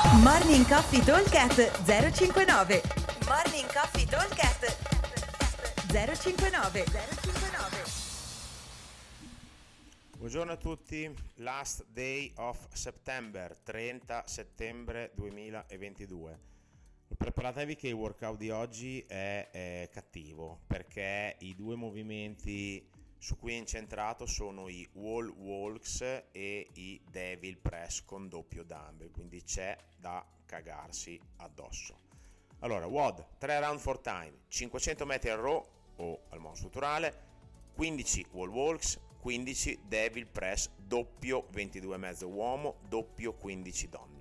Morning Coffee Talkcast 059. Morning Coffee Talkcast 059. Buongiorno a tutti, last day of September, 30 settembre 2022. Preparatevi che il workout di oggi è cattivo, perché i due movimenti su cui è incentrato sono i wall walks e i devil press con doppio dumbbell, quindi c'è da cagarsi addosso. Allora, WOD, 3 round for time, 500 metri al row o al mono strutturale, 15 wall walks, 15 devil press doppio 22,5 uomo, doppio 15 donna.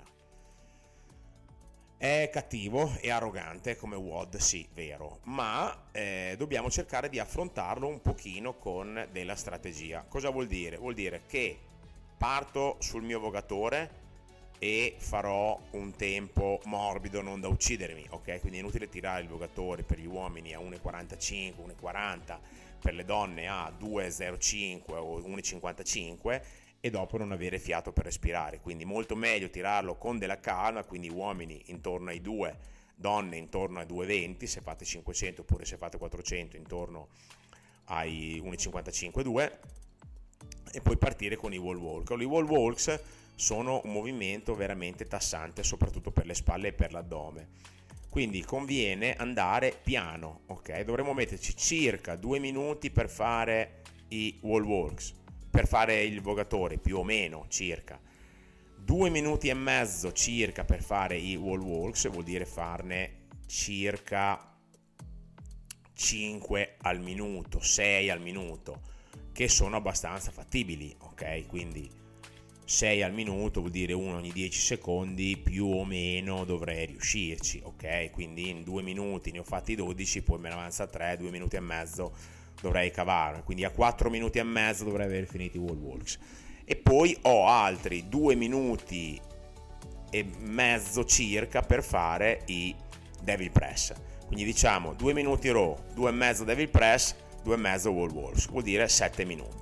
È cattivo e arrogante come WOD, sì, vero, ma dobbiamo cercare di affrontarlo un pochino con della strategia. Cosa vuol dire? Vuol dire che parto sul mio vogatore e farò un tempo morbido, non da uccidermi, ok? Quindi è inutile tirare il vogatore per gli uomini a 1,45, 1,40, per le donne a 2,05 o 1,55 e dopo non avere fiato per respirare. Quindi molto meglio tirarlo con della calma, quindi uomini intorno ai 2, donne intorno ai 2,20 se fate 500, oppure se fate 400 intorno ai 1,55, 2, e poi partire con i wall walk. I wall walks sono un movimento veramente tassante, soprattutto per le spalle e per l'addome, quindi conviene andare piano, ok? Dovremmo metterci circa 2 minuti per fare i wall walks, per fare il vogatore, più o meno circa 2 minuti e mezzo circa per fare i wall walks, vuol dire farne circa 5 al minuto, 6 al minuto, che sono abbastanza fattibili, ok? Quindi 6 al minuto vuol dire 1 ogni 10 secondi, più o meno dovrei riuscirci, ok? Quindi in 2 minuti ne ho fatti 12, poi me ne avanza 3, 2 minuti e mezzo dovrei cavarmi, quindi a 4 minuti e mezzo dovrei aver finito i wall walks. E poi ho altri 2 minuti e mezzo circa per fare i devil press. Quindi diciamo 2 minuti row, 2 e mezzo devil press, 2 e mezzo wall walks, vuol dire 7 minuti.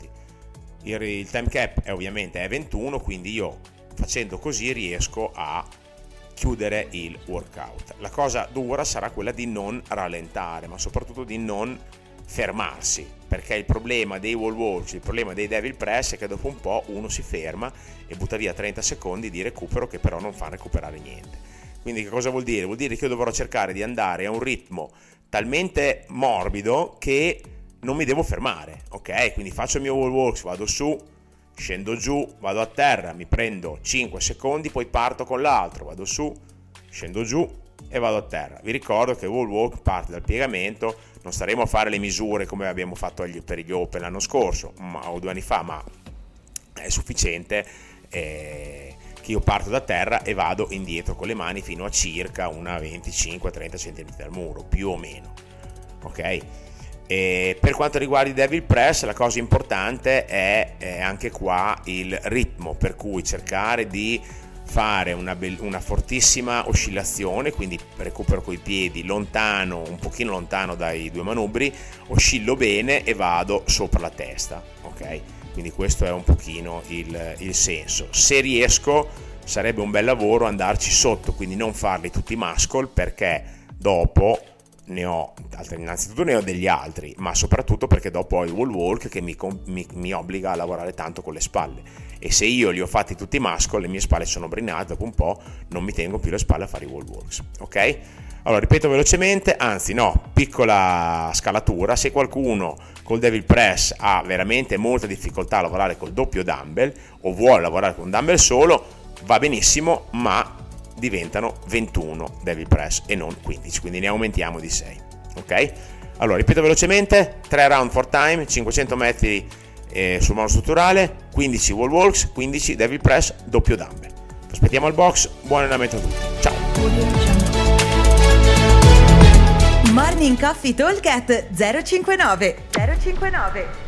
Il time cap ovviamente è 21, quindi io facendo così riesco a chiudere il workout. La cosa dura sarà quella di non rallentare, ma soprattutto di non fermarsi, perché il problema dei wall walks, il problema dei devil press è che dopo un po' uno si ferma e butta via 30 secondi di recupero che però non fa recuperare niente. Quindi che cosa vuol dire? Vuol dire che io dovrò cercare di andare a un ritmo talmente morbido che non mi devo fermare, ok? Quindi faccio il mio wall walks, vado su, scendo giù, vado a terra, mi prendo 5 secondi, poi parto con l'altro, vado su, scendo giù e vado a terra. Vi ricordo che il wall walk parte dal piegamento, non staremo a fare le misure come abbiamo fatto per gli Open l'anno scorso o 2 anni fa, ma è sufficiente che io parto da terra e vado indietro con le mani fino a circa una 25-30 cm dal muro, più o meno, ok? E per quanto riguarda i devil press, la cosa importante è anche qua il ritmo, per cui cercare di fare una fortissima oscillazione, quindi recupero coi piedi lontano, un pochino lontano dai due manubri, oscillo bene e vado sopra la testa, ok? Quindi questo è un pochino il senso. Se riesco sarebbe un bel lavoro andarci sotto, quindi non farli tutti muscle, perché dopo innanzitutto ne ho degli altri, ma soprattutto perché dopo ho il wall walk che mi obbliga a lavorare tanto con le spalle, e se io li ho fatti tutti muscle, le mie spalle sono brinate, dopo un po' non mi tengo più le spalle a fare i wall walks, ok? Allora ripeto velocemente, piccola scalatura: se qualcuno col devil press ha veramente molta difficoltà a lavorare col doppio dumbbell o vuole lavorare con un dumbbell solo, va benissimo, ma diventano 21 devil press e non 15, quindi ne aumentiamo di 6, ok? Allora ripeto velocemente: 3 round for time, 500 metri sul mono strutturale, 15 wall walks, 15 devil press doppio dumbbell. Aspettiamo al box, buon allenamento a tutti, ciao! Morning Coffee Talk 059.